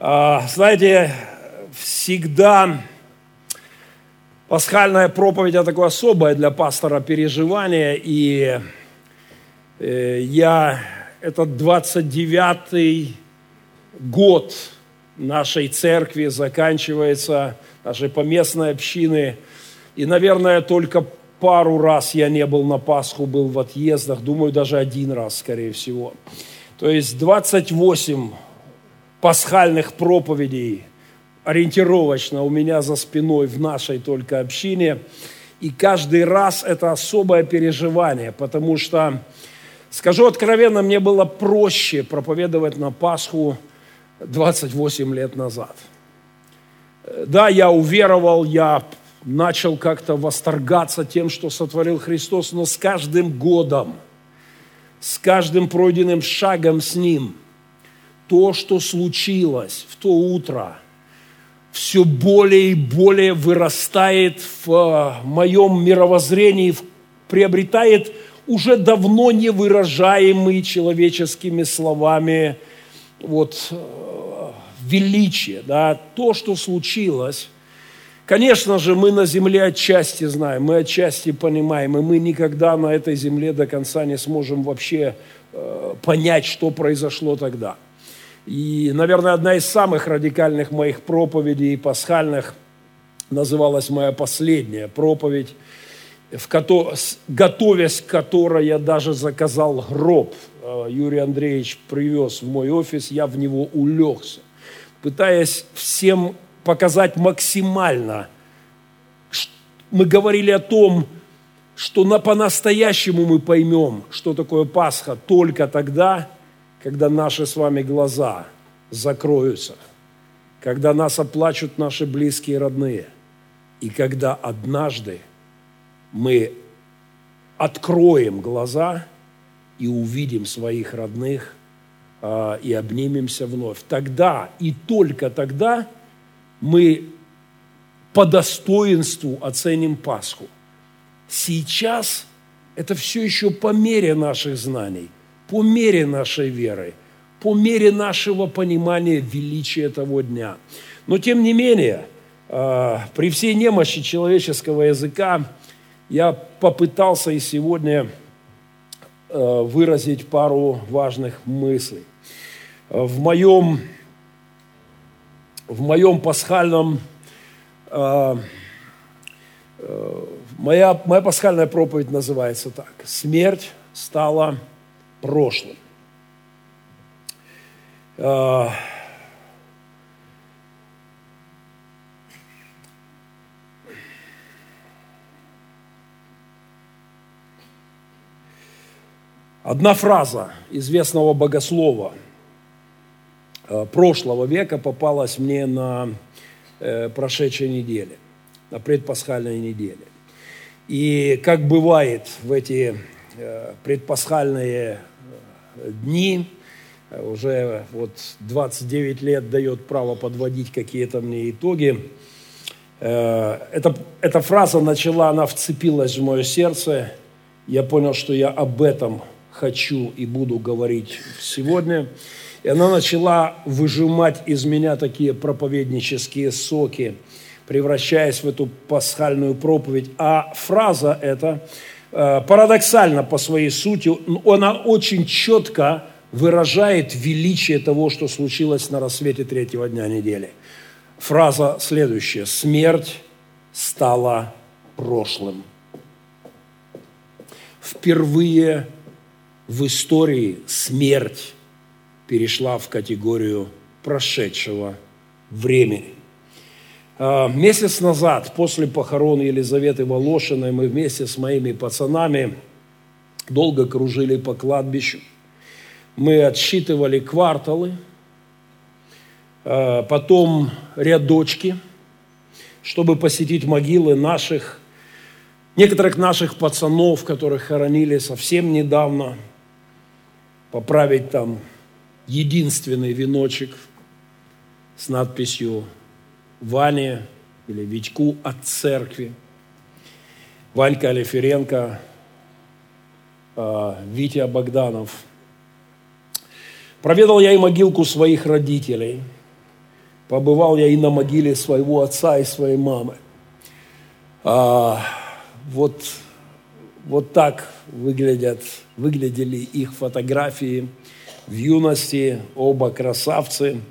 Знаете, всегда пасхальная проповедь – это такое особое для пастора переживание, и это 29-й год нашей церкви заканчивается, нашей поместной общины, и, наверное, только пару раз я не был на Пасху, был в отъездах, думаю, даже один раз, скорее всего. То есть 28 пасхальных проповедей ориентировочно у меня за спиной в нашей только общине. И каждый раз это особое переживание, потому что, скажу откровенно, мне было проще проповедовать на Пасху 28 лет назад. Да, я уверовал, я начал как-то восторгаться тем, что сотворил Христос, но с каждым годом, с каждым пройденным шагом с Ним, то, что случилось в то утро, все более и более вырастает в моем мировоззрении, приобретает уже давно невыражаемые человеческими словами величие. Да? То, что случилось, конечно же, мы на земле отчасти знаем, мы отчасти понимаем, и мы никогда на этой земле до конца не сможем вообще понять, что произошло тогда. И, наверное, одна из самых радикальных моих проповедей пасхальных называлась моя последняя проповедь, готовясь к которой я даже заказал гроб. Юрий Андреевич привез в мой офис, я в него улегся, пытаясь всем показать максимально. Мы говорили о том, что по-настоящему мы поймем, что такое Пасха, только тогда, когда наши с вами глаза закроются, когда нас оплачут наши близкие и родные, и когда однажды мы откроем глаза и увидим своих родных и обнимемся вновь. Тогда и только тогда мы по достоинству оценим Пасху. Сейчас это все еще по мере наших знаний, по мере нашей веры, по мере нашего понимания величия того дня. Но тем не менее, при всей немощи человеческого языка я попытался и сегодня выразить пару важных мыслей. В моем пасхальном, моя пасхальная проповедь называется так: «Смерть стала прошлым». Одна фраза известного богослова прошлого века попалась мне на прошедшей неделе, на предпасхальной неделе. И как бывает в эти предпасхальные дни, уже 29 лет дает право подводить какие-то мне итоги, эта фраза она вцепилась в мое сердце. Я понял, что я об этом хочу и буду говорить сегодня. И она начала выжимать из меня такие проповеднические соки, превращаясь в эту пасхальную проповедь. А фраза эта парадоксально по своей сути, она очень четко выражает величие того, что случилось на рассвете третьего дня недели. Фраза следующая: «Смерть стала прошлым». Впервые в истории смерть перешла в категорию прошедшего времени. Месяц назад, после похорон Елизаветы Волошиной, мы вместе с моими пацанами долго кружили по кладбищу. Мы отсчитывали кварталы, потом рядочки, чтобы посетить могилы некоторых наших пацанов, которых хоронили совсем недавно, поправить там единственный веночек с надписью «Ване» или «Витьку» от церкви. Ванька Алиференко, Витя Богданов. Проведал я и могилку своих родителей. Побывал я и на могиле своего отца и своей мамы. Вот так выглядели их фотографии в юности, оба красавцы.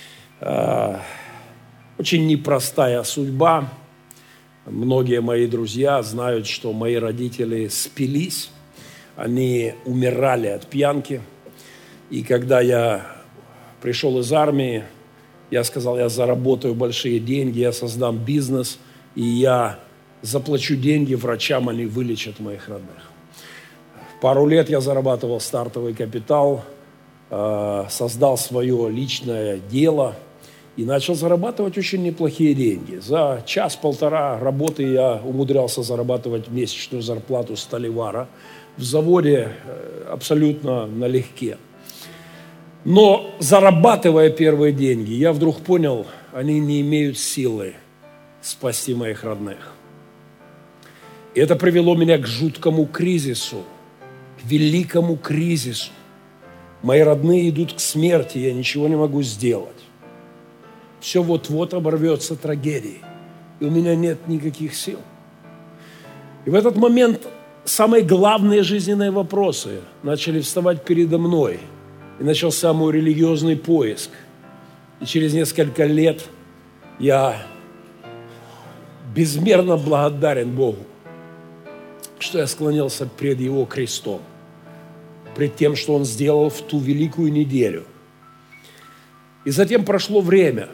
Очень непростая судьба. Многие мои друзья знают, что мои родители спились, они умирали от пьянки. И когда я пришел из армии, я сказал, я заработаю большие деньги, я создам бизнес, и я заплачу деньги врачам, они вылечат моих родных. Пару лет я зарабатывал стартовый капитал, создал свое личное дело и начал зарабатывать очень неплохие деньги. За час-полтора работы я умудрялся зарабатывать месячную зарплату сталевара в заводе абсолютно налегке. Но зарабатывая первые деньги, я вдруг понял, они не имеют силы спасти моих родных. И это привело меня к жуткому кризису, к великому кризису. Мои родные идут к смерти, я ничего не могу сделать. Все вот-вот оборвется трагедией, и у меня нет никаких сил. И в этот момент самые главные жизненные вопросы начали вставать передо мной. И начался мой религиозный поиск. И через несколько лет я безмерно благодарен Богу, что я склонился пред Его крестом, пред тем, что Он сделал в ту великую неделю. И затем прошло время.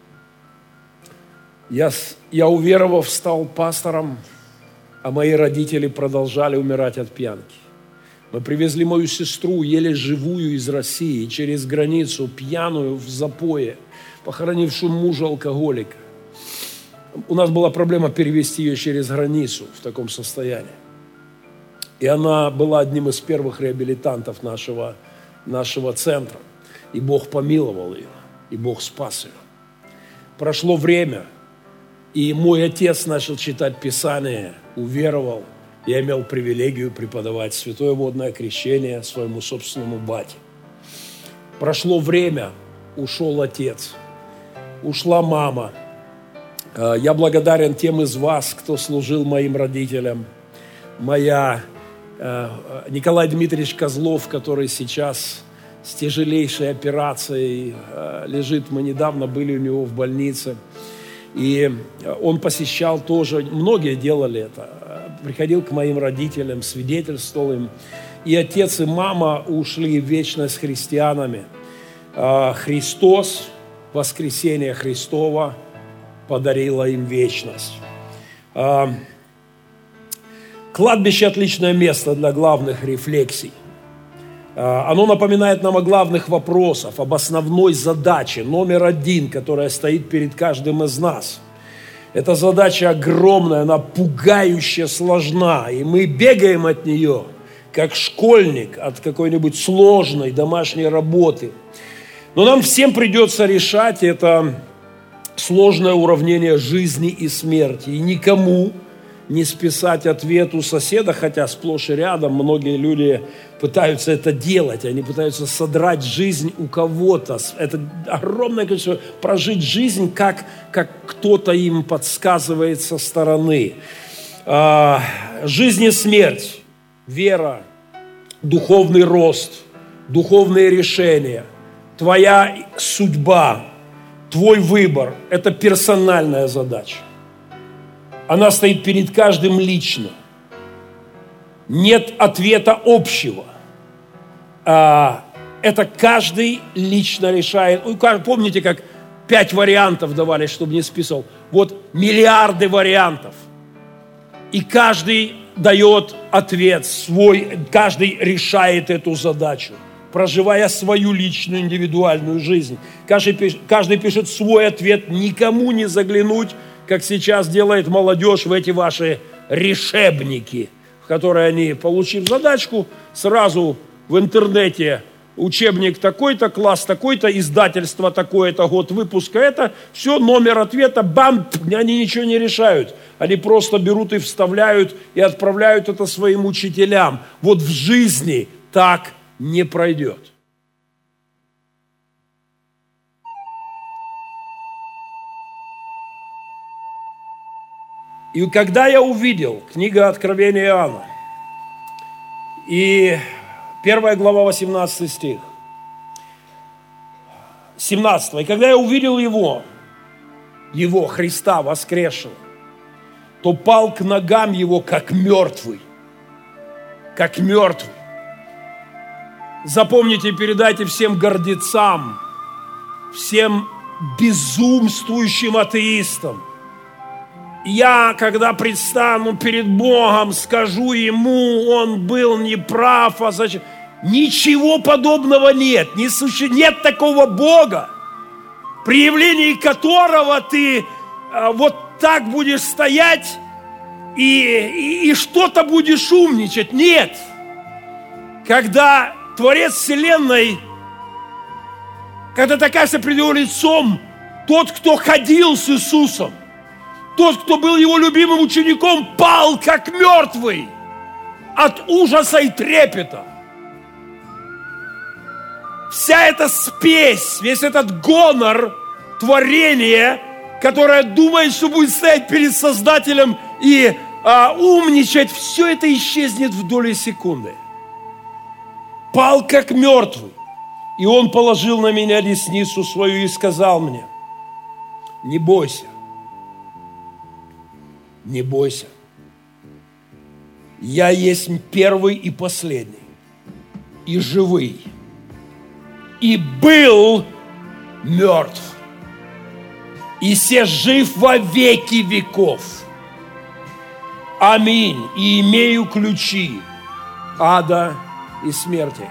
Я уверовав, стал пастором, а мои родители продолжали умирать от пьянки. Мы привезли мою сестру, еле живую, из России, через границу, пьяную, в запое, похоронившую мужа алкоголика. У нас была проблема перевести ее через границу в таком состоянии. И она была одним из первых реабилитантов нашего центра. И Бог помиловал ее, и Бог спас ее. Прошло время, и мой отец начал читать Писание, уверовал. Я имел привилегию преподавать святое водное крещение своему собственному бате. Прошло время, ушел отец, ушла мама. Я благодарен тем из вас, кто служил моим родителям. Николай Дмитриевич Козлов, который сейчас с тяжелейшей операцией лежит. Мы недавно были у него в больнице. И он посещал тоже, многие делали это, приходил к моим родителям, свидетельствовал им. И отец, и мама ушли в вечность с христианами. Христос, воскресение Христово, подарило им вечность. Кладбище – отличное место для главных рефлексий. Оно напоминает нам о главных вопросах, об основной задаче, номер один, которая стоит перед каждым из нас. Эта задача огромная, она пугающе сложна, и мы бегаем от нее, как школьник от какой-нибудь сложной домашней работы. Но нам всем придется решать это сложное уравнение жизни и смерти, и никому не списать ответ у соседа, хотя сплошь и рядом многие люди пытаются это делать, они пытаются содрать жизнь у кого-то. Это огромное количество, прожить жизнь, как кто-то им подсказывает со стороны. Жизнь и смерть, вера, духовный рост, духовные решения, твоя судьба, твой выбор – это персональная задача. Она стоит перед каждым лично. Нет ответа общего. Это каждый лично решает. Помните, как 5 вариантов давали, чтобы не списывал? Вот миллиарды вариантов. И каждый дает ответ свой, каждый решает эту задачу, проживая свою личную индивидуальную жизнь. Каждый пишет свой ответ, никому не заглянуть, как сейчас делает молодежь в эти ваши решебники, в которые они, получив задачку, сразу в интернете учебник такой-то, класс такой-то, издательство такое-то, год выпуска это, все, номер ответа, бам, они ничего не решают. Они просто берут и вставляют, и отправляют это своим учителям. Вот в жизни так не пройдет. И когда я увидел, книга Откровения Иоанна, и 1 глава, 18 стих, 17. И когда я увидел Его, Христа воскресшего, то пал к ногам Его, как мертвый. Как мертвый. Запомните, передайте всем гордецам, всем безумствующим атеистам. Я, когда предстану перед Богом, скажу Ему, Он был неправ, а зачем? Ничего подобного нет. Нет такого Бога, при явлении которого ты вот так будешь стоять и что-то будешь умничать. Нет. Когда Творец Вселенной, когда ты окажешься пред Его лицом, тот, кто ходил с Иисусом, тот, кто был Его любимым учеником, пал как мертвый от ужаса и трепета. Вся эта спесь, весь этот гонор творения, которое думает, что будет стоять перед Создателем и умничать, все это исчезнет в доли секунды. Пал как мертвый. И Он положил на меня десницу свою и сказал мне: не бойся, не бойся. Я есть первый и последний, и живый, и был мертв, и се жив во веки веков. Аминь. И имею ключи ада и смерти.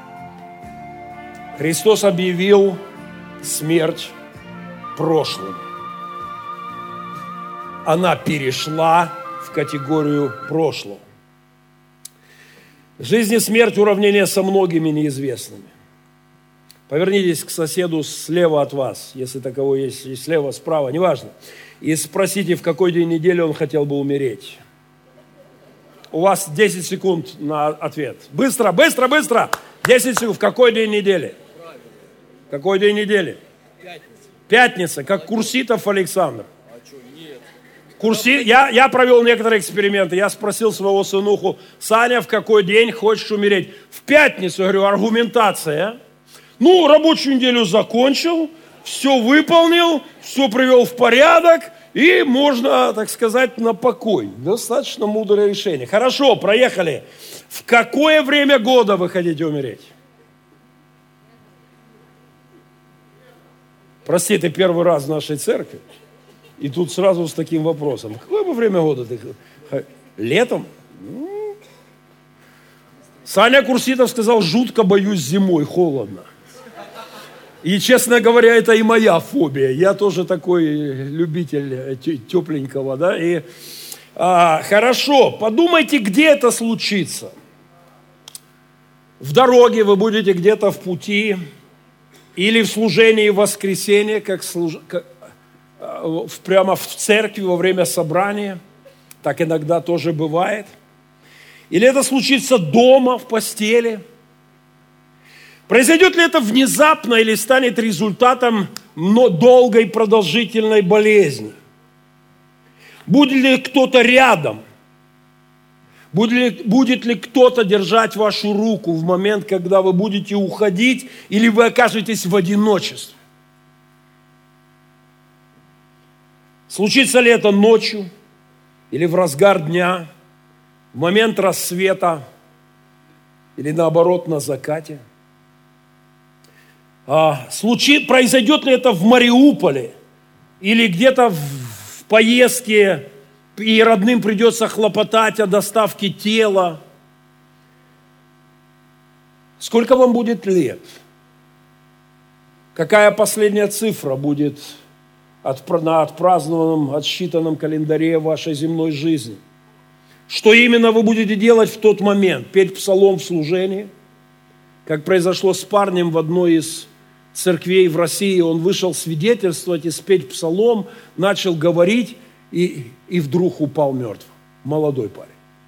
Христос объявил смерть прошлым. Она перешла в категорию прошлого. Жизнь и смерть – уравнение со многими неизвестными. Повернитесь к соседу слева от вас, если таково есть, и слева, справа, неважно, и спросите, в какой день недели он хотел бы умереть. У вас 10 секунд на ответ. Быстро, быстро, быстро! 10 секунд. В какой день недели? Какой день недели? Пятница. Пятница, как Курситов Александр. Я провел некоторые эксперименты. Я спросил своего сынуху: Саня, в какой день хочешь умереть? В пятницу. Я говорю, аргументация. Ну, рабочую неделю закончил, все выполнил, все привел в порядок, и можно, так сказать, на покой. Достаточно мудрое решение. Хорошо, проехали. В какое время года вы хотите умереть? Прости, ты первый раз в нашей церкви, и тут сразу с таким вопросом. Какое бы время года ты? Летом? Саня Курситов сказал: жутко боюсь зимой, холодно. И, честно говоря, это и моя фобия. Я тоже такой любитель тепленького, да. И хорошо, подумайте, где это случится. В дороге вы будете где-то в пути, или в служении в воскресенье, прямо в церкви во время собрания. Так иногда тоже бывает. Или это случится дома, в постели. Произойдет ли это внезапно или станет результатом долгой продолжительной болезни? Будет ли кто-то рядом? Будет ли кто-то держать вашу руку в момент, когда вы будете уходить, или вы окажетесь в одиночестве? Случится ли это ночью или в разгар дня, в момент рассвета или наоборот на закате? Произойдет ли это в Мариуполе или где-то в поездке, и родным придется хлопотать о доставке тела? Сколько вам будет лет? Какая последняя цифра будет на отпразднованном, отсчитанном календаре вашей земной жизни? Что именно вы будете делать в тот момент? Петь псалом в служении? Как произошло с парнем в одной из церквей в России, он вышел свидетельствовать и спеть псалом, начал говорить, и вдруг упал мертв. Молодой парень.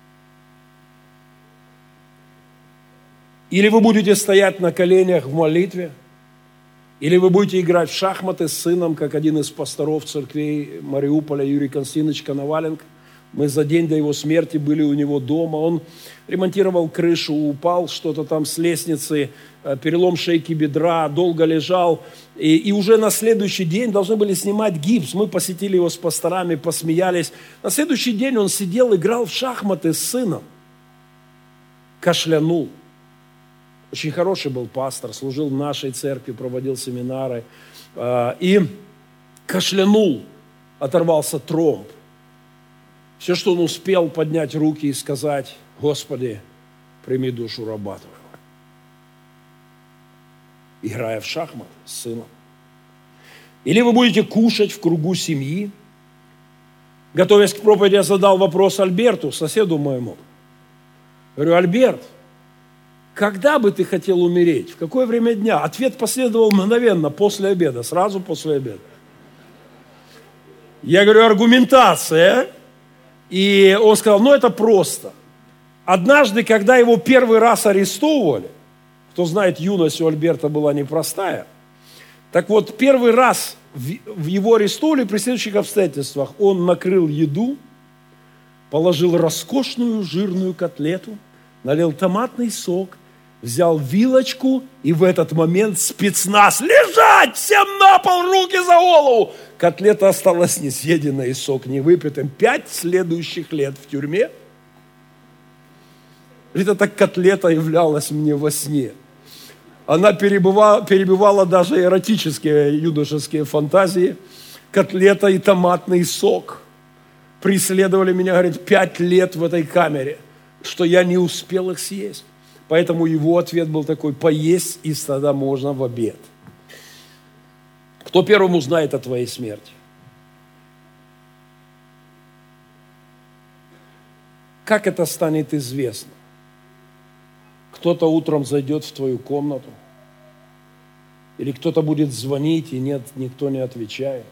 Или вы будете стоять на коленях в молитве, или вы будете играть в шахматы с сыном, как один из пасторов церквей Мариуполя, Юрий Константинович Коноваленко. Мы за день до его смерти были у него дома. Он ремонтировал крышу, упал что-то там с лестницы, перелом шейки бедра, долго лежал. И уже на следующий день должны были снимать гипс. Мы посетили его с пасторами, посмеялись. На следующий день он сидел, играл в шахматы с сыном. Кашлянул. Очень хороший был пастор, служил в нашей церкви, проводил семинары. И кашлянул, оторвался тромб. Все, что он успел, поднять руки и сказать: Господи, прими душу раба Твоего. Играя в шахматы с сыном. Или вы будете кушать в кругу семьи. Готовясь к проповеди, я задал вопрос Альберту, соседу моему. Говорю: Альберт, когда бы ты хотел умереть? В какое время дня? Ответ последовал мгновенно, после обеда, сразу после обеда. Я говорю: аргументация. И он сказал: это просто. Однажды, когда его первый раз арестовывали, кто знает, юность у Альберта была непростая, так вот, первый раз в его арестовали при следующих обстоятельствах. Он накрыл еду, положил роскошную жирную котлету, налил томатный сок, взял вилочку, и в этот момент спецназ: лежать, всем на пол, руки за голову. Котлета осталась несъеденной и сок не выпитым. 5 следующих лет в тюрьме. Эта котлета являлась мне во сне. Она перебивала даже эротические юношеские фантазии. Котлета и томатный сок преследовали меня, говорит, 5 лет в этой камере, что я не успел их съесть. Поэтому его ответ был такой: поесть, и тогда можно в обед. Кто первым узнает о твоей смерти? Как это станет известно? Кто-то утром зайдет в твою комнату, или кто-то будет звонить, и нет, никто не отвечает.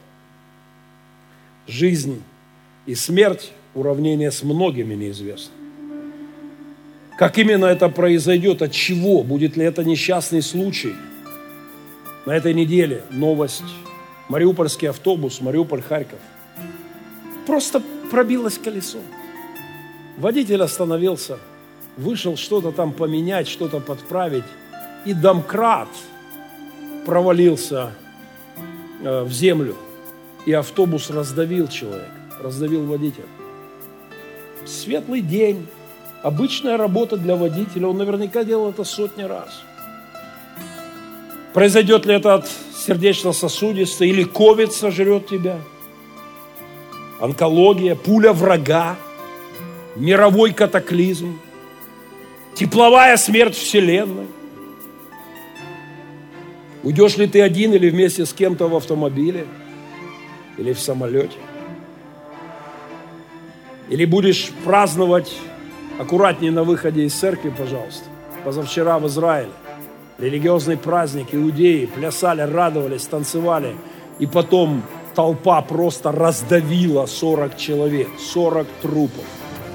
Жизнь и смерть – уравнение с многими неизвестно. Как именно это произойдет, от чего, будет ли это несчастный случай? На этой неделе новость: мариупольский автобус, Мариуполь-Харьков. Просто пробилось колесо. Водитель остановился, вышел что-то там поменять, что-то подправить, и домкрат провалился в землю, и автобус раздавил человека, раздавил водителя. Светлый день, обычная работа для водителя, он наверняка делал это сотни раз. Произойдет ли это от сердечно-сосудистой, или ковид сожрет тебя? Онкология, пуля врага, мировой катаклизм, тепловая смерть Вселенной. Уйдешь ли ты один или вместе с кем-то в автомобиле или в самолете? Или будешь праздновать аккуратнее на выходе из церкви, пожалуйста. Позавчера в Израиле религиозный праздник, иудеи плясали, радовались, танцевали, и потом толпа просто раздавила 40 человек, 40 трупов.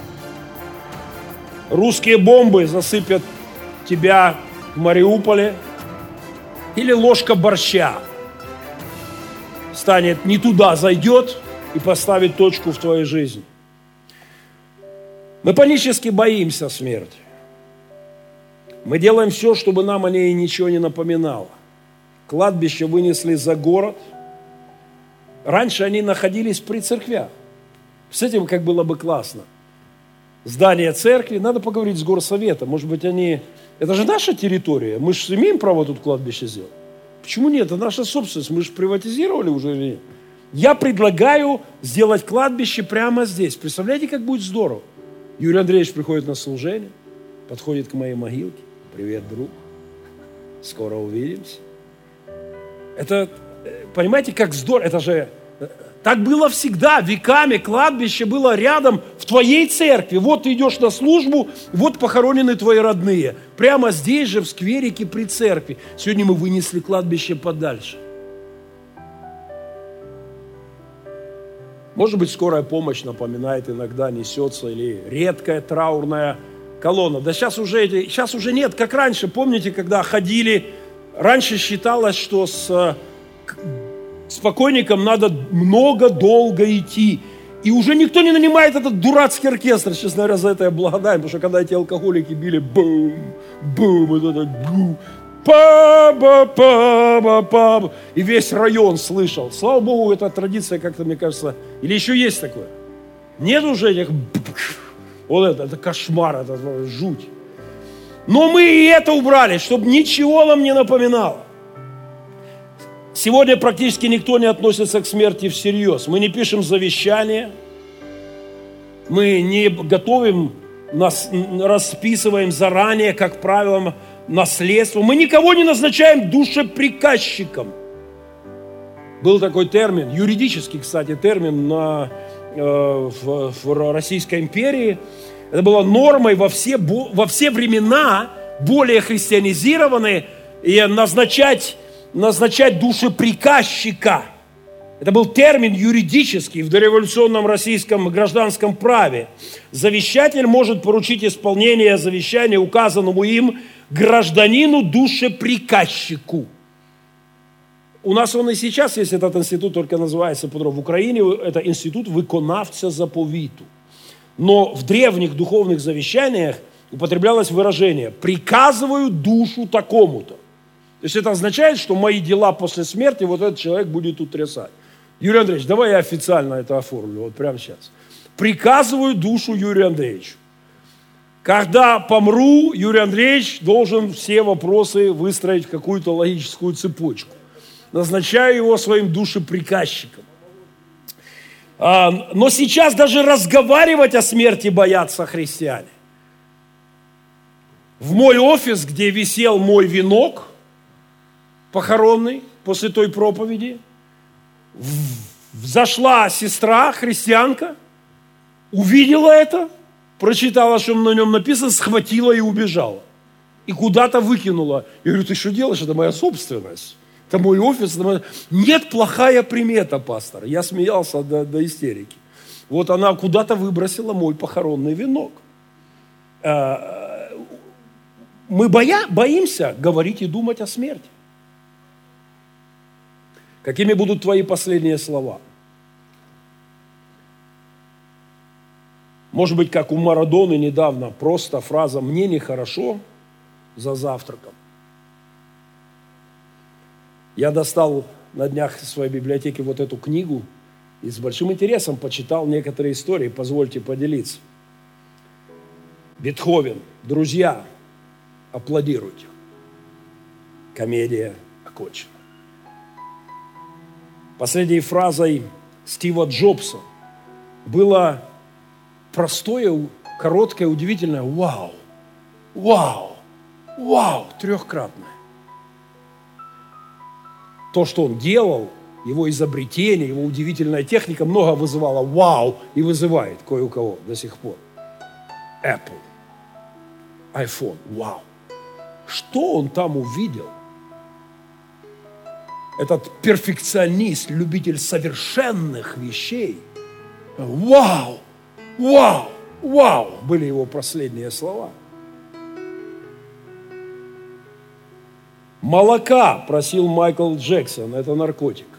Русские бомбы засыпят тебя в Мариуполе, или ложка борща станет не туда, зайдет и поставит точку в твоей жизни. Мы панически боимся смерти. Мы делаем все, чтобы нам о ней ничего не напоминало. Кладбище вынесли за город. Раньше они находились при церквях. С этим как было бы классно. Здание церкви, надо поговорить с горсоветом. Может быть, они... Это же наша территория. Мы же имеем право тут кладбище сделать. Почему нет? Это наша собственность. Мы же приватизировали уже или нет? Я предлагаю сделать кладбище прямо здесь. Представляете, как будет здорово? Юрий Андреевич приходит на служение, подходит к моей могилке. Привет, друг. Скоро увидимся. Это, понимаете, как здорово. Это же... Так было всегда, веками. Кладбище было рядом в твоей церкви. Вот ты идешь на службу, вот похоронены твои родные. Прямо здесь же, в скверике при церкви. Сегодня мы вынесли кладбище подальше. Может быть, скорая помощь напоминает иногда, несется, или редкая траурная колонна. Да сейчас уже нет, как раньше. Помните, когда ходили, раньше считалось, что с покойником надо долго идти. И уже никто не нанимает этот дурацкий оркестр. Честно говоря, за это я благодарен, потому что когда эти алкоголики били бум, бум, вот это бум, па-ба-па-ба-па, и весь район слышал. Слава Богу, эта традиция как-то, мне кажется, или еще есть такое. Нет уже этих, вот это кошмар, это жуть. Но мы и это убрали, чтобы ничего нам не напоминало. Сегодня практически никто не относится к смерти всерьез. Мы не пишем завещание, мы не готовим, расписываем заранее, как правило, наследство. Мы никого не назначаем душеприказчиком. Был такой термин, юридический, кстати, термин в Российской империи. Это было нормой во все времена, более христианизированные, и назначать душеприказчика. Это был термин юридический в дореволюционном российском гражданском праве. Завещатель может поручить исполнение завещания, указанному им, гражданину душеприказчику. У нас он и сейчас есть этот институт, только называется по-другому. В Украине это институт виконавця заповіту. Но в древних духовных завещаниях употреблялось выражение «приказываю душу такому-то». То есть это означает, что мои дела после смерти вот этот человек будет утрясать. Юрий Андреевич, давай я официально это оформлю, вот прямо сейчас. Приказываю душу Юрию Андреевичу. Когда помру, Юрий Андреевич должен все вопросы выстроить в какую-то логическую цепочку. Назначаю его своим душеприказчиком. Но сейчас даже разговаривать о смерти боятся христиане. В мой офис, где висел мой венок похоронный после той проповеди, зашла сестра, христианка, увидела это, прочитала, что на нем написано, схватила и убежала. И куда-то выкинула. Я говорю, ты что делаешь? Это моя собственность. Это мой офис. Нет, плохая примета, пастор. Я смеялся до истерики. Вот она куда-то выбросила мой похоронный венок. Мы боимся говорить и думать о смерти. Какими будут твои последние слова? Может быть, как у Марадоны недавно, просто фраза «мне нехорошо» за завтраком. Я достал на днях из своей библиотеки вот эту книгу и с большим интересом почитал некоторые истории, позвольте поделиться. Бетховен, друзья, аплодируйте. Комедия окончена. Последней фразой Стива Джобса было простое, короткое, удивительное «Вау! Вау! Вау!» трехкратное. То, что он делал, его изобретение, его удивительная техника много вызывало «Вау!» и вызывает кое у кого до сих пор. Apple, iPhone, «Вау!» Что он там увидел? Этот перфекционист, любитель совершенных вещей. «Вау! Вау! Вау!» были его последние слова. Молока просил Майкл Джексон, это наркотик.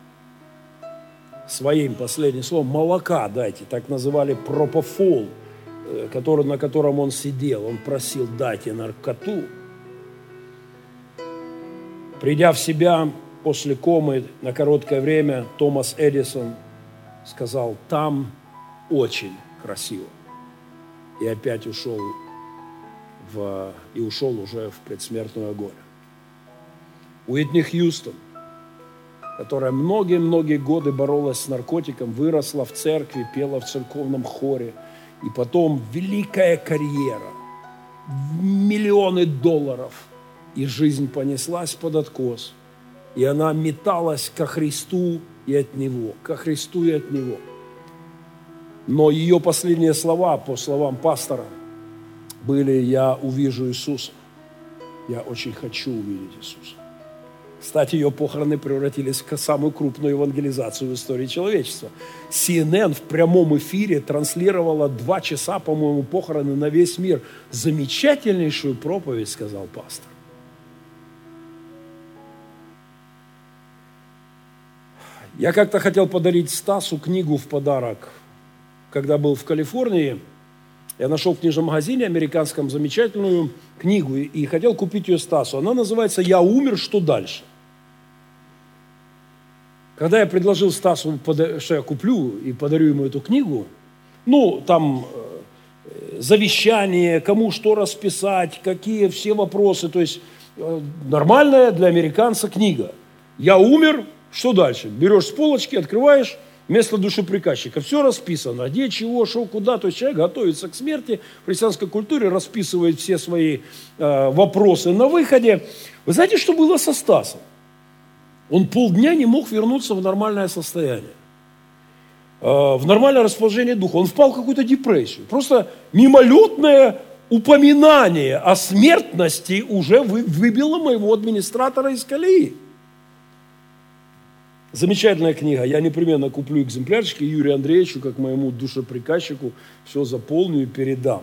Своим последним словом молока дайте, так называли пропофол, на котором он сидел. Он просил дайте наркоту. Придя в себя после комы на короткое время, Томас Эдисон сказал, там очень красиво. И опять ушел уже в предсмертную агонию. Уитни Хьюстон, которая многие-многие годы боролась с наркотиком, выросла в церкви, пела в церковном хоре. И потом великая карьера, миллионы долларов. И жизнь понеслась под откос. И она металась ко Христу и от Него. Ко Христу и от Него. Но ее последние слова, по словам пастора, были «Я увижу Иисуса». Я очень хочу увидеть Иисуса. Кстати, ее похороны превратились в самую крупную евангелизацию в истории человечества. CNN в прямом эфире транслировала 2 часа, по-моему, похороны на весь мир. Замечательнейшую проповедь, сказал пастор. Я как-то хотел подарить Стасу книгу в подарок когда был в Калифорнии, я нашел в книжном магазине американском замечательную книгу и хотел купить ее Стасу. Она называется «Я умер, что дальше?». Когда я предложил Стасу, что я куплю и подарю ему эту книгу, там завещание, кому что расписать, какие все вопросы, то есть нормальная для американца книга. «Я умер, что дальше?». Берешь с полочки, открываешь, вместо душеприказчика. Все расписано, где, чего, что, куда. То есть человек готовится к смерти, в христианской культуре расписывает все свои вопросы на выходе. Вы знаете, что было со Стасом? Он полдня не мог вернуться в нормальное состояние, в нормальное расположение духа. Он впал в какую-то депрессию. Просто мимолетное упоминание о смертности уже выбило моего администратора из колеи. Замечательная книга. Я непременно куплю экземплярчики Юрию Андреевичу, как моему душеприказчику, все заполню и передам.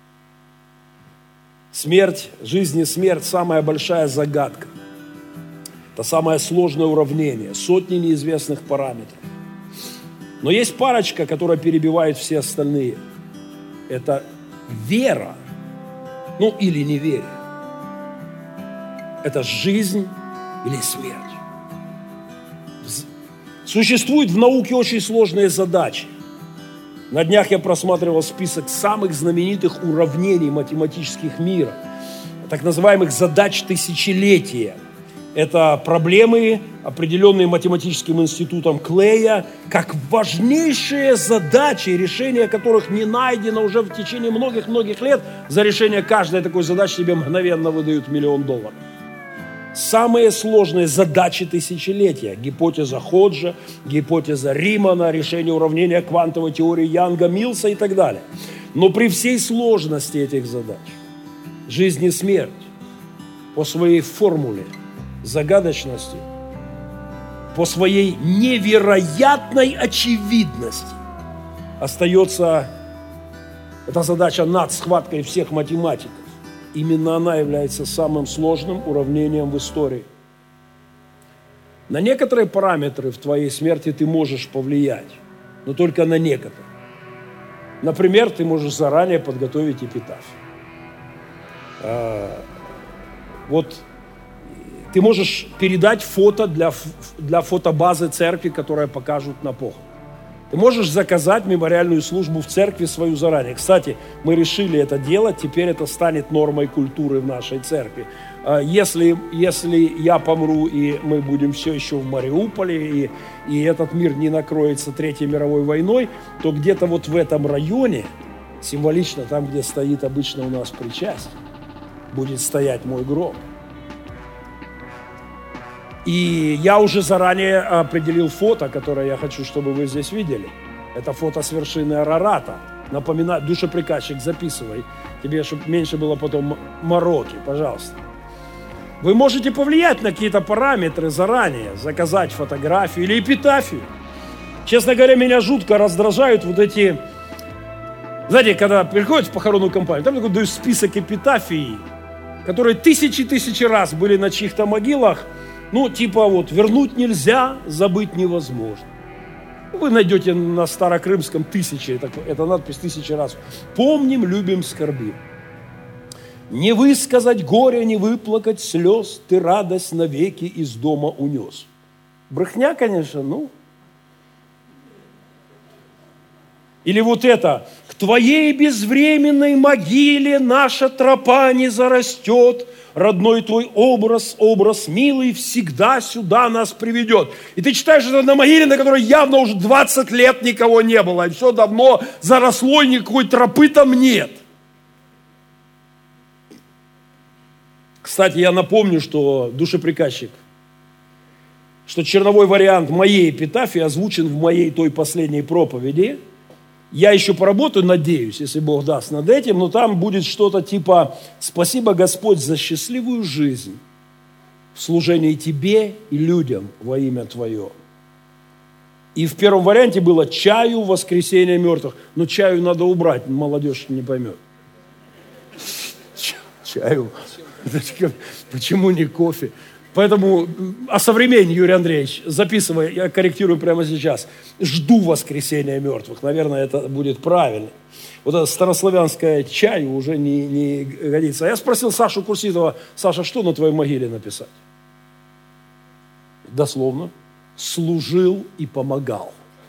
Смерть, жизнь и смерть – самая большая загадка. Это самое сложное уравнение, сотни неизвестных параметров. Но есть парочка, которая перебивает все остальные. Это вера, или неверие. Это жизнь или смерть. Существуют в науке очень сложные задачи. На днях я просматривал список самых знаменитых уравнений математических мира, так называемых задач тысячелетия. Это проблемы, определенные математическим институтом Клея, как важнейшие задачи, решение которых не найдено уже в течение многих-многих лет. За решение каждой такой задачи тебе мгновенно выдают $1 миллион. Самые сложные задачи тысячелетия. Гипотеза Ходжа, гипотеза Римана, решение уравнения квантовой теории Янга, Милса и так далее. Но при всей сложности этих задач, жизнь и смерть по своей формуле, загадочности, по своей невероятной очевидности остается эта задача над схваткой всех математиков. Именно она является самым сложным уравнением в истории. На некоторые параметры в твоей смерти ты можешь повлиять, но только на некоторые. Например, ты можешь заранее подготовить эпитафию. Ты можешь передать фото для фотобазы церкви, которая покажут на похорон. Ты можешь заказать мемориальную службу в церкви свою заранее. Кстати, мы решили это делать, теперь это станет нормой культуры в нашей церкви. Если я помру, и мы будем все еще в Мариуполе, и этот мир не накроется Третьей мировой войной, то где-то вот в этом районе, символично, там, где стоит обычно у нас причастие, будет стоять мой гроб. И я уже заранее определил фото, которое я хочу, чтобы вы здесь видели. Это фото с вершины Арарата. Напоминаю, душеприказчик, записывай. Тебе, чтобы меньше было потом мороки, пожалуйста. Вы можете повлиять на какие-то параметры заранее, заказать фотографию или эпитафию. Честно говоря, меня жутко раздражают вот эти... Знаете, когда приходят в похоронную компанию, там такой дают список эпитафий, которые тысячи раз были на чьих-то могилах. Вернуть нельзя, забыть невозможно. Вы найдете на старокрымском эта надпись 1000 раз. Помним, любим, скорбим. Не высказать горя, не выплакать слез, ты радость навеки из дома унес. Брехня, конечно, Или вот это. К твоей безвременной могиле наша тропа не зарастет, родной твой образ милый, всегда сюда нас приведет. И ты читаешь это на могиле, на которой явно уже 20 лет никого не было, и все давно заросло, и никакой тропы там нет. Кстати, я напомню, что душеприказчик, что черновой вариант моей эпитафии озвучен в моей той последней проповеди. Я еще поработаю, надеюсь, если Бог даст, над этим, но там будет что-то типа «Спасибо, Господь, за счастливую жизнь в служении Тебе и людям во имя Твое». И в первом варианте было «Чаю воскресения мертвых». Но чаю надо убрать, молодежь не поймет. Чаю. Почему не кофе? Поэтому осовремень, Юрий Андреевич, записывай, я корректирую прямо сейчас. Жду воскресения мертвых. Наверное, это будет правильно. Вот это старославянское чай уже не годится. А я спросил Сашу Курситова: Саша, что на твоей могиле написать? Дословно: служил и помогал.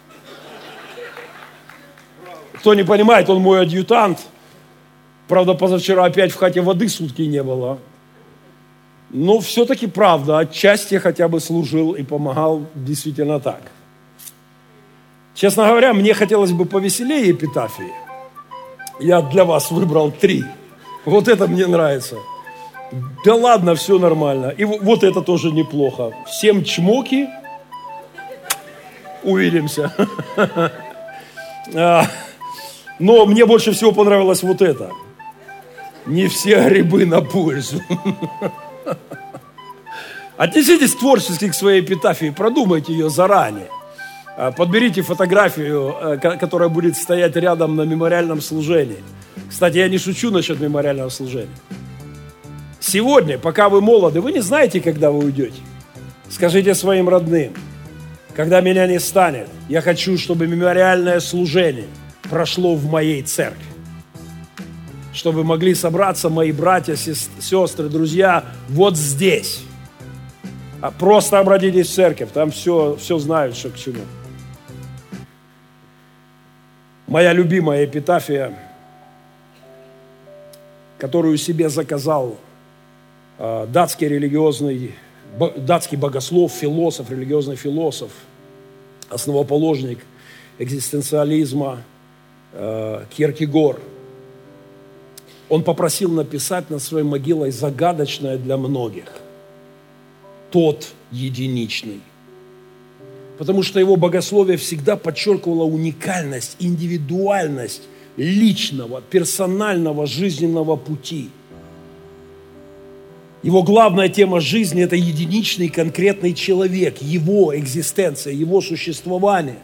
Кто не понимает, он мой адъютант. Правда, позавчера опять в хате воды сутки не было. Но все-таки правда, отчасти хотя бы служил и помогал, действительно так. Честно говоря, мне хотелось бы повеселее эпитафии. Я для вас выбрал 3. Вот это мне нравится. Да ладно, все нормально. И вот это тоже неплохо. Всем чмоки. Увидимся. Но мне больше всего понравилось вот это. Не все грибы на пользу. Отнеситесь творчески к своей эпитафии, продумайте ее заранее. Подберите фотографию, которая будет стоять рядом на мемориальном служении. Кстати, я не шучу насчет мемориального служения. Сегодня, пока вы молоды, вы не знаете, когда вы уйдете. Скажите своим родным: когда меня не станет, я хочу, чтобы мемориальное служение прошло в моей церкви. Чтобы могли собраться мои братья, сестры, друзья вот здесь. Просто обратитесь в церковь, там все знают, что к чему. Моя любимая эпитафия, которую себе заказал датский богослов, философ, религиозный философ, основоположник экзистенциализма Кьеркегор. Он попросил написать над своей могилой загадочное для многих: тот единичный. Потому что его богословие всегда подчеркивало уникальность, индивидуальность личного, персонального жизненного пути. Его главная тема жизни – это единичный конкретный человек, его экзистенция, его существование.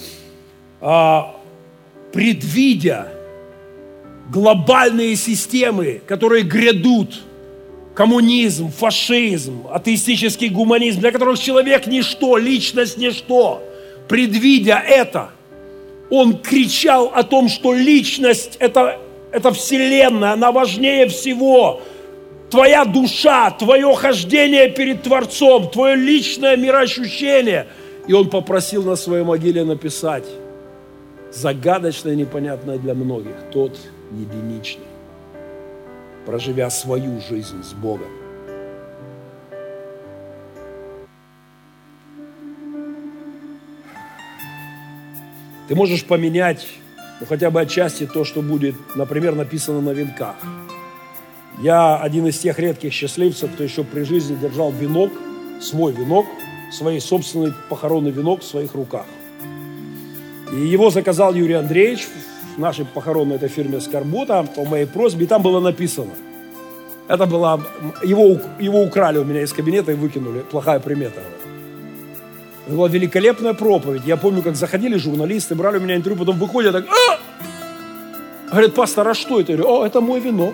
Предвидя глобальные системы, которые грядут, коммунизм, фашизм, атеистический гуманизм, для которых человек – ничто, личность – ничто. Предвидя это, он кричал о том, что личность – это вселенная, она важнее всего. Твоя душа, твое хождение перед Творцом, твое личное мироощущение. И он попросил на своей могиле написать загадочное, непонятное для многих: тот единичный, проживя свою жизнь с Богом. Ты можешь поменять, хотя бы отчасти то, что будет, например, написано на венках. Я один из тех редких счастливцев, кто еще при жизни держал венок, свой собственный похоронный венок в своих руках. И его заказал Юрий Андреевич в нашей похоронной этой фирме «Скорбота» по моей просьбе, и там было написано. Это было, его украли у меня из кабинета и выкинули, плохая примета. Это была великолепная проповедь. Я помню, как заходили журналисты, брали у меня интервью, потом выходят так: говорят: пастор, а что это? Я говорю: это мой венок.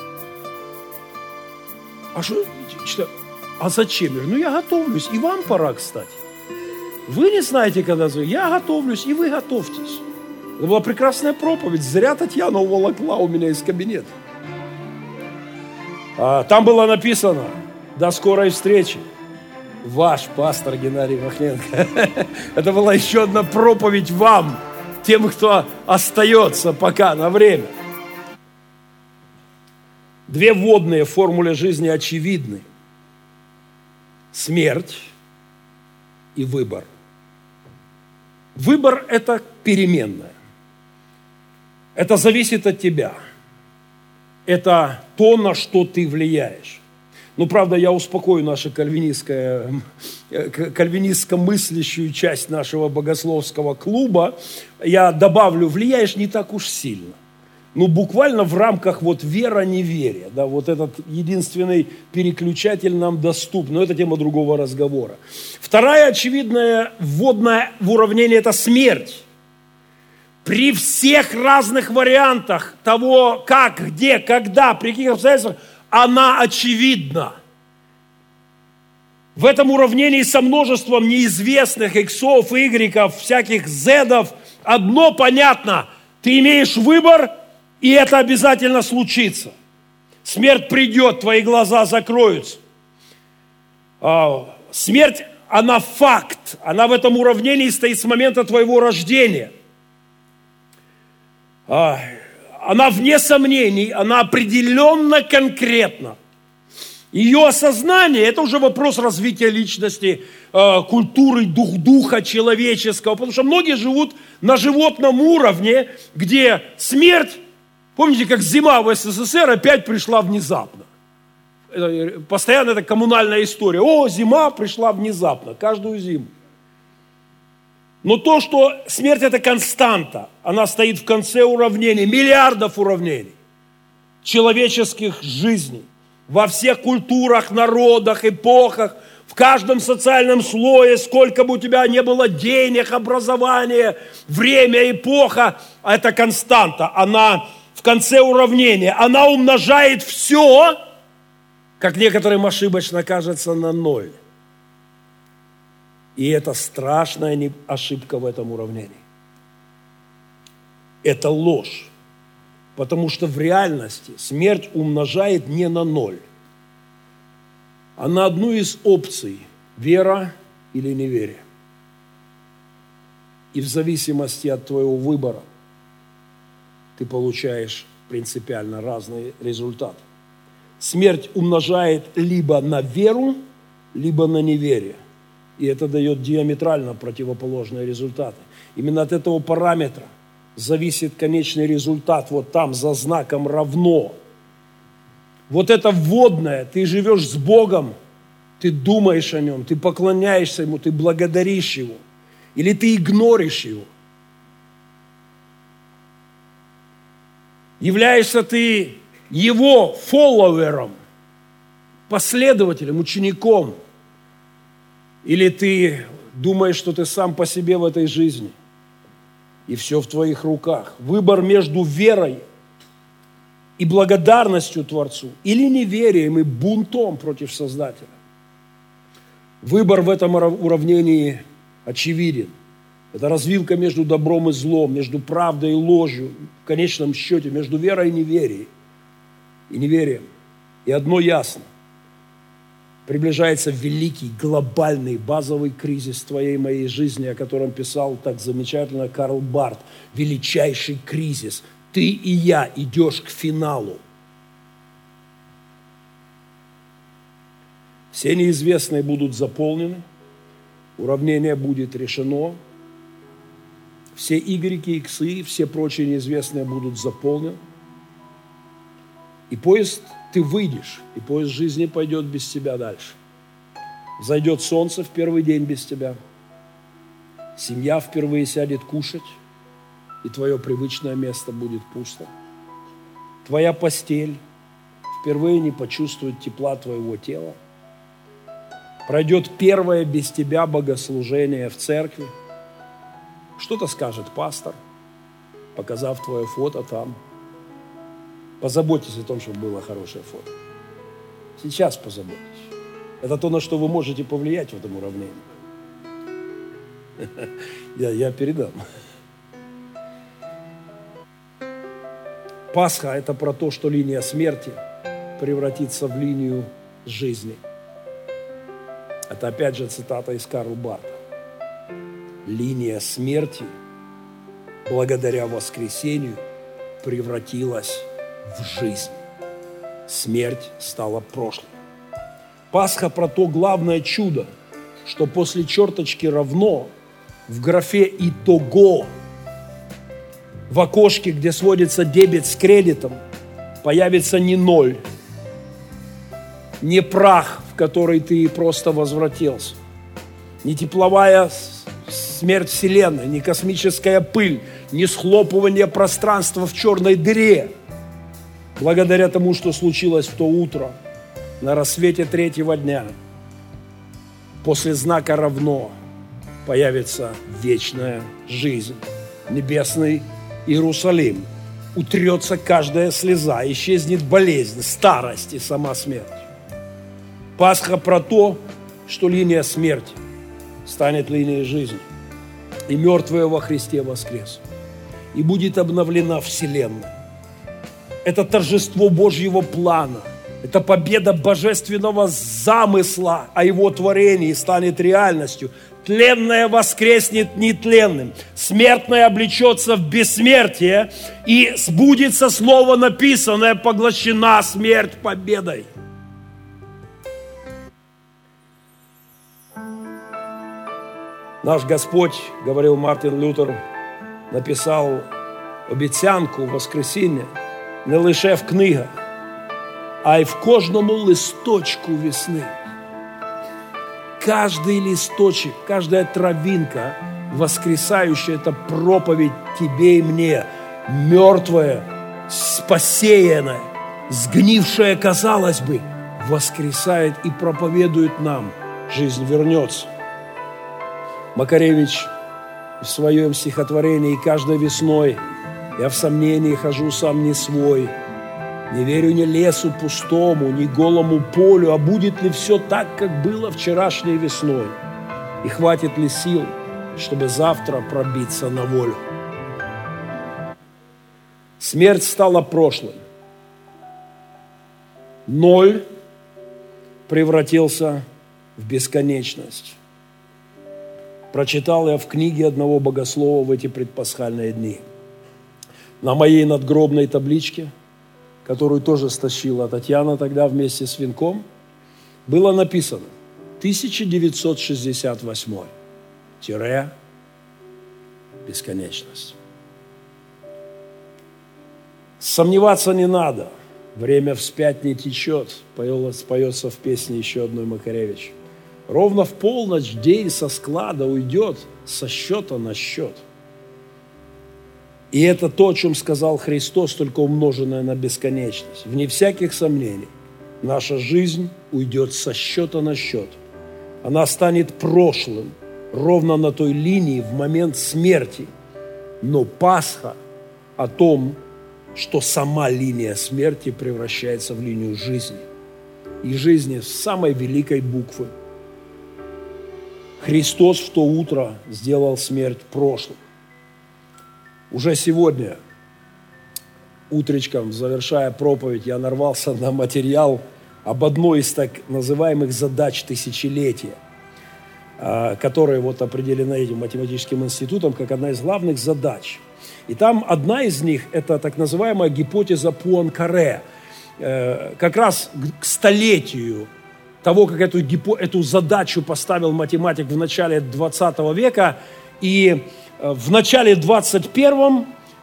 А зачем? Я говорю: я готовлюсь, и вам пора, кстати. Вы не знаете, когда я готовлюсь, и вы готовьтесь. Это была прекрасная проповедь. Зря Татьяна уволокла у меня из кабинета. Там было написано: до скорой встречи. Ваш пастор Геннадий Махненко. Это была еще одна проповедь вам, тем, кто остается пока на время. 2 вводные в формуле жизни очевидны: смерть и выбор. Выбор – это переменное. Это зависит от тебя. Это то, на что ты влияешь. Ну, правда, я успокою нашу кальвинистско-мыслящую часть нашего богословского клуба. Я добавлю: влияешь не так уж сильно. Ну, буквально в рамках вера-неверия. Да, вот этот единственный переключатель нам доступен. Но это тема другого разговора. Вторая очевидная вводная в уравнение – это смерть. При всех разных вариантах того, как, где, когда, при каких обстоятельствах, она очевидна. В этом уравнении со множеством неизвестных иксов, игреков, всяких зедов одно понятно. Ты имеешь выбор, и это обязательно случится. Смерть придет, твои глаза закроются. Смерть, она факт. Она в этом уравнении стоит с момента твоего рождения. Она вне сомнений, она определенно конкретна. Ее осознание – это уже вопрос развития личности, культуры, духа человеческого. Потому что многие живут на животном уровне, где смерть, помните, как зима в СССР опять пришла внезапно. Постоянно это коммунальная история. Зима пришла внезапно, каждую зиму. Но то, что смерть – это константа, она стоит в конце уравнений, миллиардов уравнений человеческих жизней. Во всех культурах, народах, эпохах, в каждом социальном слое, сколько бы у тебя ни было денег, образования, время, эпоха, это константа, она в конце уравнения, она умножает все, как некоторым ошибочно кажется, на 0. И это страшная ошибка в этом уравнении. Это ложь. Потому что в реальности смерть умножает не на 0, а на одну из опций – вера или неверие. И в зависимости от твоего выбора ты получаешь принципиально разные результаты. Смерть умножает либо на веру, либо на неверие. И это дает диаметрально противоположные результаты. Именно от этого параметра зависит конечный результат. Вот там за знаком равно. Вот это вводное. Ты живешь с Богом, ты думаешь о Нем, ты поклоняешься Ему, ты благодаришь Его. Или ты игноришь Его. Являешься ты Его фолловером, последователем, учеником. Или ты думаешь, что ты сам по себе в этой жизни, и все в твоих руках. Выбор между верой и благодарностью Творцу, или неверием и бунтом против Создателя. Выбор в этом уравнении очевиден. Это развилка между добром и злом, между правдой и ложью, в конечном счете, между верой и неверием. И одно ясно. Приближается великий, глобальный, базовый кризис твоей и моей жизни, о котором писал так замечательно Карл Барт. Величайший кризис. Ты и я идешь к финалу. Все неизвестные будут заполнены, уравнение будет решено, все игреки, иксы, все прочие неизвестные будут заполнены. И поезд, ты выйдешь, и поезд жизни пойдет без тебя дальше. Зайдет солнце в первый день без тебя. Семья впервые сядет кушать, и твое привычное место будет пусто. Твоя постель впервые не почувствует тепла твоего тела. Пройдет первое без тебя богослужение в церкви. Что-то скажет пастор, показав твое фото там. Позаботьтесь о том, чтобы было хорошее фото. Сейчас позаботьтесь. Это то, на что вы можете повлиять в этом уравнении. Я передам. Пасха – это про то, что линия смерти превратится в линию жизни. Это опять же цитата из Карла Барта. Линия смерти, благодаря воскресению, превратилась в жизнь. Смерть стала прошлым. Пасха про то главное чудо, что после черточки равно в графе «Итого» в окошке, где сводится дебет с кредитом, появится не 0, не прах, в который ты просто возвратился, не тепловая смерть Вселенной, не космическая пыль, не схлопывание пространства в черной дыре. Благодаря тому, что случилось в то утро, на рассвете 3-го дня, после знака равно появится вечная жизнь, небесный Иерусалим. Утрется каждая слеза, исчезнет болезнь, старость и сама смерть. Пасха про то, что линия смерти станет линией жизни. И мертвые во Христе воскресут. И будет обновлена вселенная. Это торжество Божьего плана. Это победа божественного замысла о Его творении станет реальностью. Тленное воскреснет нетленным. Смертное облечется в бессмертие. И сбудется слово написанное: поглощена смерть победой. Наш Господь, говорил Мартин Лютер, написал обіцянку воскресіння не лише в книгах, а й в кожному листочку весны. Каждый листочек, каждая травинка воскресающая, это проповедь тебе и мне, мертвая, посеянная, сгнившая, казалось бы, воскресает и проповедует нам: жизнь вернется. Макаревич в своем стихотворении: «Каждой весной я в сомнении хожу сам не свой, не верю ни лесу пустому, ни голому полю, а будет ли все так, как было вчерашней весной, и хватит ли сил, чтобы завтра пробиться на волю». Смерть стала прошлым. Ноль превратился в бесконечность. Прочитал я в книге одного богослова в эти предпасхальные дни. На моей надгробной табличке, которую тоже стащила Татьяна тогда вместе с венком, было написано 1968-бесконечность. Сомневаться не надо. Время вспять не течет, поется в песне еще одной Макаревич. Ровно в полночь день со склада уйдет, со счета на счет. И это то, о чем сказал Христос, только умноженное на бесконечность. Вне всяких сомнений, наша жизнь уйдет со счета на счет. Она станет прошлым, ровно на той линии в момент смерти. Но Пасха о том, что сама линия смерти превращается в линию жизни. И жизни с самой великой буквы. Христос в то утро сделал смерть прошлым. Уже сегодня, утречком, завершая проповедь, я нарвался на материал об одной из так называемых задач тысячелетия, которые вот определены этим математическим институтом как одна из главных задач. И там одна из них – это так называемая гипотеза Пуанкаре. Как раз к столетию того, как эту задачу поставил математик в начале 20 века, и в начале 21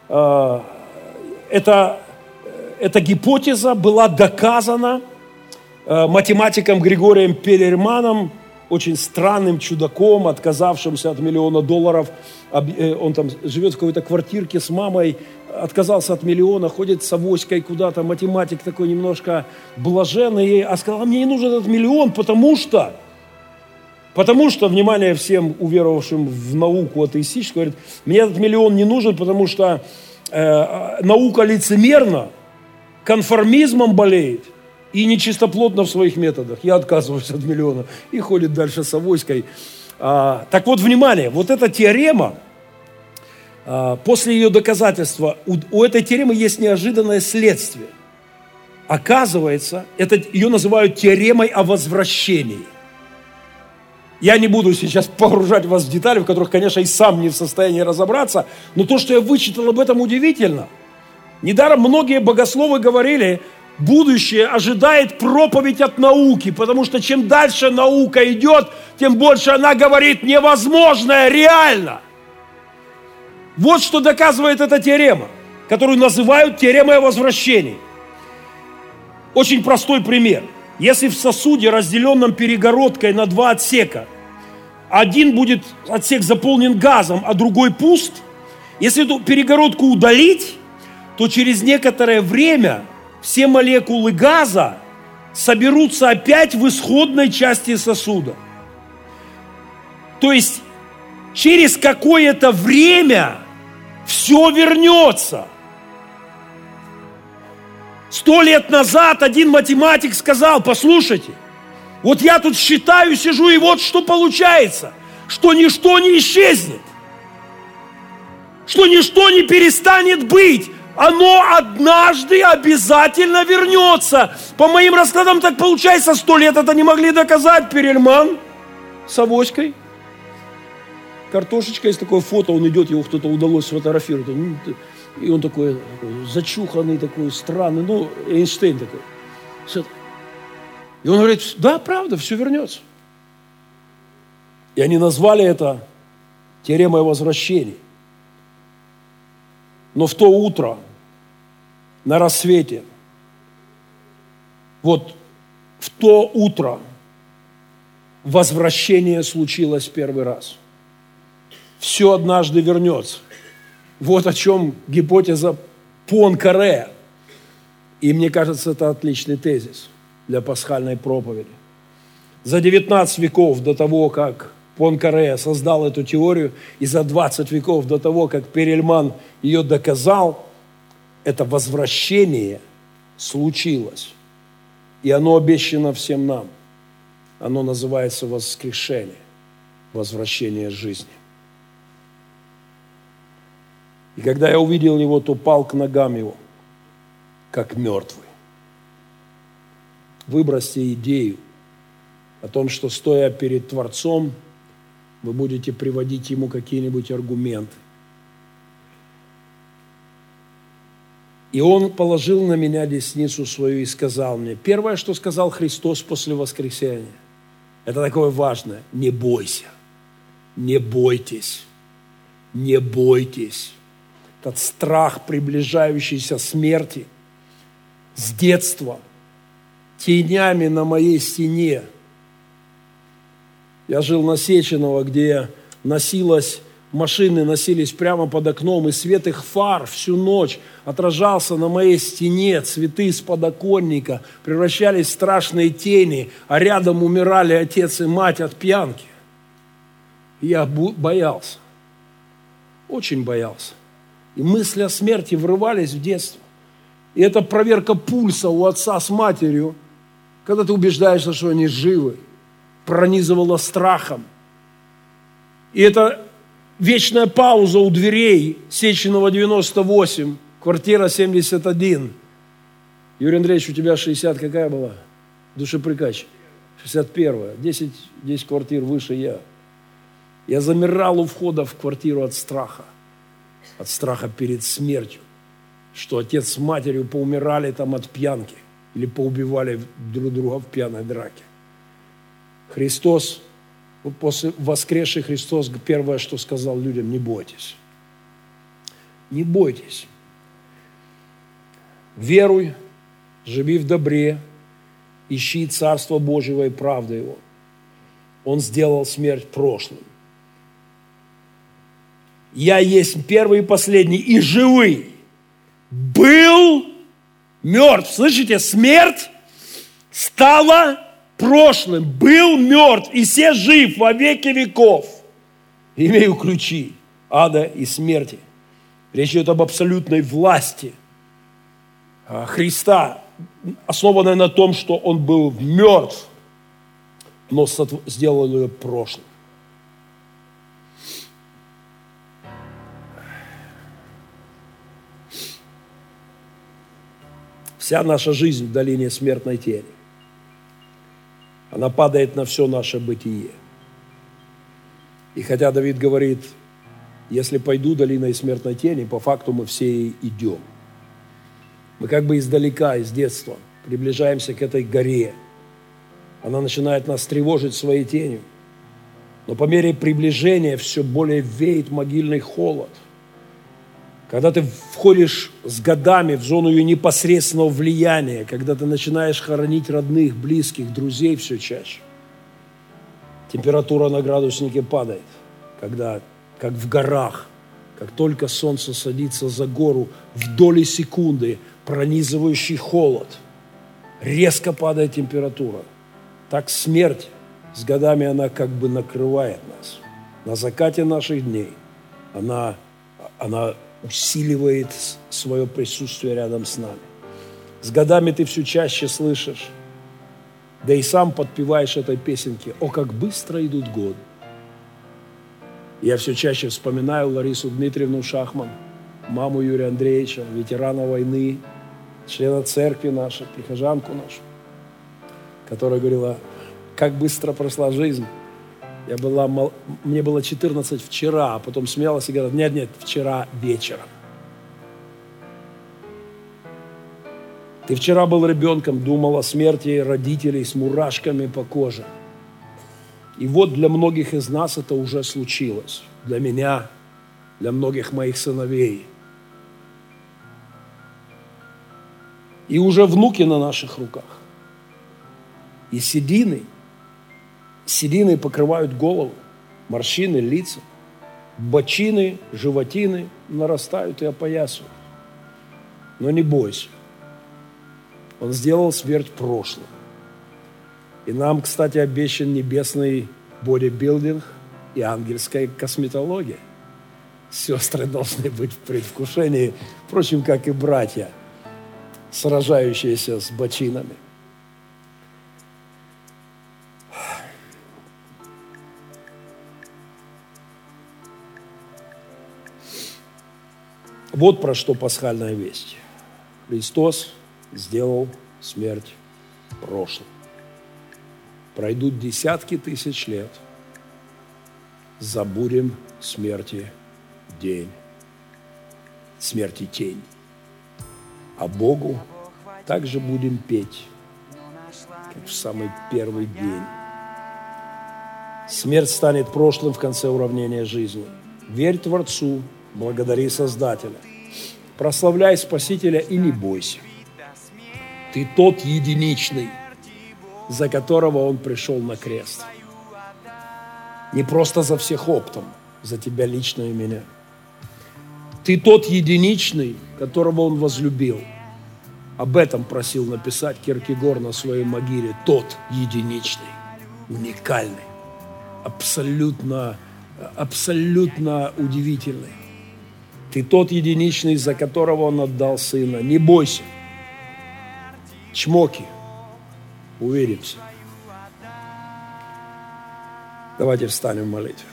эта гипотеза была доказана математиком Григорием Пеллерманом, очень странным чудаком, отказавшимся от $1 миллиона. Он там живет в какой-то квартирке с мамой, отказался от $1 миллиона, ходит с авоськой куда-то, математик такой немножко блаженный, а сказал: мне не нужен этот $1 миллион, потому что, внимание всем уверовавшим в науку атеистическую, говорит: мне этот $1 миллион не нужен, потому что наука лицемерна, конформизмом болеет и нечистоплотна в своих методах. Я отказываюсь от $1 миллиона. И ходит дальше с авоськой. Так вот, внимание, вот эта теорема, после ее доказательства, у этой теоремы есть неожиданное следствие. Оказывается, ее называют теоремой о возвращении. Я не буду сейчас погружать вас в детали, в которых, конечно, и сам не в состоянии разобраться, но то, что я вычитал об этом, удивительно. Недаром многие богословы говорили: будущее ожидает проповедь от науки, потому что чем дальше наука идет, тем больше она говорит невозможное реально. Вот что доказывает эта теорема, которую называют теоремой о возвращении. Очень простой пример. Если в сосуде, разделенном перегородкой на 2 отсека, один будет отсек заполнен газом, а другой пуст, если эту перегородку удалить, то через некоторое время все молекулы газа соберутся опять в исходной части сосуда. То есть через какое-то время все вернется. 100 лет назад один математик сказал: послушайте, Вот я тут считаю, сижу, и вот что получается, что ничто не исчезнет, что ничто не перестанет быть. Оно однажды обязательно вернется. По моим раскладам так получается, 100 лет это не могли доказать. Перельман с авоськой. Картошечка, есть такое фото, он идет, его кто-то удалось сфотографировать. И он такой зачуханный, такой странный, ну, Эйнштейн такой. И он говорит, да, правда, все вернется. И они назвали это теоремой возвращения. Но в то утро, на рассвете, вот в то утро возвращение случилось первый раз. Все однажды вернется. Вот о чем гипотеза Пуанкаре. И мне кажется, это отличный тезис для пасхальной проповеди. За 19 веков до того, как Пуанкаре создал эту теорию, и за 20 веков до того, как Перельман ее доказал, это возвращение случилось. И оно обещано всем нам. Оно называется воскрешение, возвращение жизни. И когда я увидел его, то пал к ногам его, как мертвый. Выбросьте идею о том, что, стоя перед Творцом, вы будете приводить ему какие-нибудь аргументы. И он положил на меня десницу свою и сказал мне, первое, что сказал Христос после воскресения, это такое важное, не бойся, не бойтесь, не бойтесь. Этот страх приближающейся смерти с детства, тенями на моей стене. Я жил на Сеченова, где машины носились прямо под окном, и свет их фар всю ночь отражался на моей стене, цветы с подоконника превращались в страшные тени, а рядом умирали отец и мать от пьянки. И я боялся, очень боялся. И мысли о смерти врывались в детство. И это проверка пульса у отца с матерью, когда ты убеждаешься, что они живы, пронизывала страхом. И это вечная пауза у дверей Сеченова 98, квартира 71. Юрий Андреевич, у тебя 60 какая была? Душеприкачка. 61-я. 10 квартир выше я. Я замирал у входа в квартиру от страха перед смертью, что отец с матерью поумирали там от пьянки или поубивали друг друга в пьяной драке. Христос, после воскресший Христос, первое, что сказал людям, не бойтесь. Не бойтесь. Веруй, живи в добре, ищи Царство Божьего и правды Его. Он сделал смерть прошлым. Я есть первый и последний, и живый. Был мертв. Слышите, смерть стала прошлым. Был мертв, и се жив во веки веков. Имею ключи ада и смерти. Речь идет об абсолютной власти Христа, основанной на том, что Он был мертв, но сделал ее прошлым. Вся наша жизнь в долине смертной тени. Она падает на все наше бытие. И хотя Давид говорит, если пойду долиной смертной тени, по факту мы все и идем. Мы как бы издалека, из детства приближаемся к этой горе. Она начинает нас тревожить своей тенью. Но по мере приближения все более веет могильный холод. Когда ты входишь с годами в зону ее непосредственного влияния, когда ты начинаешь хоронить родных, близких, друзей все чаще, температура на градуснике падает, когда, как в горах, как только солнце садится за гору, в доли секунды пронизывающий холод, резко падает температура. Так смерть с годами, она как бы накрывает нас. На закате наших дней она усиливает свое присутствие рядом с нами. С годами ты все чаще слышишь: Да и сам подпеваешь этой песенке: «О, как быстро идут годы». Я все чаще вспоминаю Ларису Дмитриевну Шахман, маму Юрия Андреевича, ветерана войны, члена церкви нашей, прихожанку нашу, которая говорила: как быстро прошла жизнь. Мне было 14 вчера, а потом смеялась и говорила: нет, вчера вечером. Ты вчера был ребенком, думал о смерти родителей с мурашками по коже. И вот для многих из нас это уже случилось. Для меня, для многих моих сыновей. И уже внуки на наших руках. И седины покрывают голову, морщины, лица, бочины, животины нарастают и опоясывают. Но не бойся. Он сделал смерть прошлым. И нам, кстати, обещан небесный бодибилдинг и ангельская косметология. Сестры должны быть в предвкушении, впрочем, как и братья, сражающиеся с бочинами. Вот про что пасхальная весть. Христос сделал смерть прошлым. Пройдут десятки тысяч лет, забудем смерти день, смерти тень. А Богу также будем петь, как в самый первый день. Смерть станет прошлым в конце уравнения жизни. Верь Творцу, благодари Создателя, прославляй Спасителя и не бойся. Ты тот единичный, за которого Он пришел на крест. Не просто за всех оптом, за тебя лично и меня. Ты тот единичный, которого Он возлюбил. Об этом просил написать Киркегор на своей могиле. Тот единичный, уникальный, абсолютно удивительный. Ты тот единичный, за которого Он отдал Сына. Не бойся. Чмоки. Увидимся. Давайте встанем в молитве.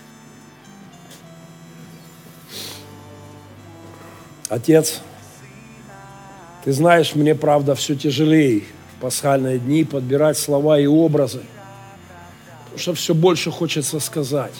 Отец, Ты знаешь, мне, правда, все тяжелее в пасхальные дни подбирать слова и образы, потому что все больше хочется сказать.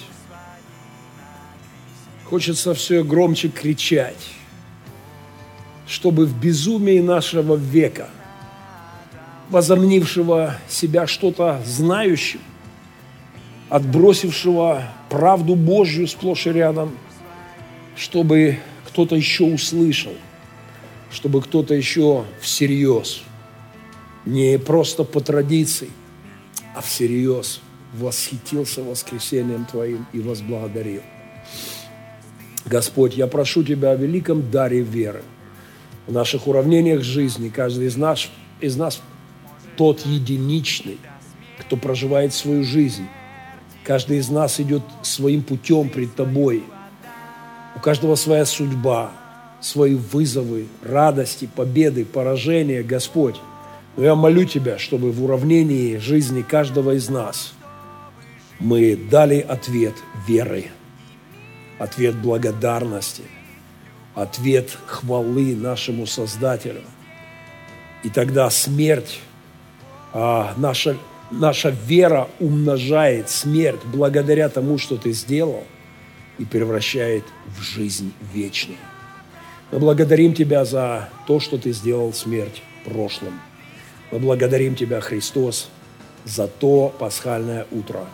Хочется все громче кричать, чтобы в безумии нашего века, возомнившего себя что-то знающим, отбросившего правду Божью сплошь и рядом, чтобы кто-то еще услышал, чтобы кто-то еще всерьез, не просто по традиции, а всерьез восхитился воскресением Твоим и возблагодарил. Господь, я прошу Тебя о великом даре веры. В наших уравнениях жизни каждый из нас тот единичный, кто проживает свою жизнь. Каждый из нас идет своим путем пред Тобой. У каждого своя судьба, свои вызовы, радости, победы, поражения, Господь. Но я молю Тебя, чтобы в уравнении жизни каждого из нас мы дали ответ веры, ответ благодарности, ответ хвалы нашему Создателю. И тогда смерть, наша вера умножает смерть благодаря тому, что Ты сделал, и превращает в жизнь вечную. Мы благодарим Тебя за то, что Ты сделал смерть прошлым. Мы благодарим Тебя, Христос, за то пасхальное утро.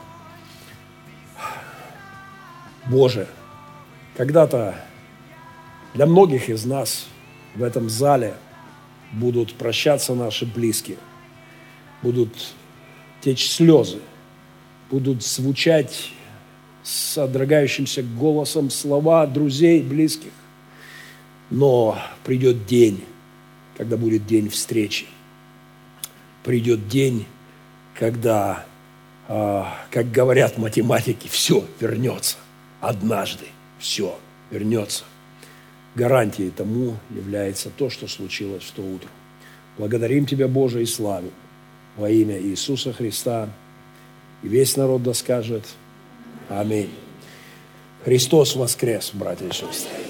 Боже, когда-то для многих из нас в этом зале будут прощаться наши близкие, будут течь слезы, будут звучать с содрогающимся голосом слова друзей, близких. Но придет день, когда будет день встречи. Придет день, когда, как говорят математики, все вернется. Однажды все вернется. Гарантией тому является то, что случилось в то утро. Благодарим Тебя, Боже, и славим во имя Иисуса Христа. И весь народ да скажет: аминь. Христос воскрес, братья и сестры.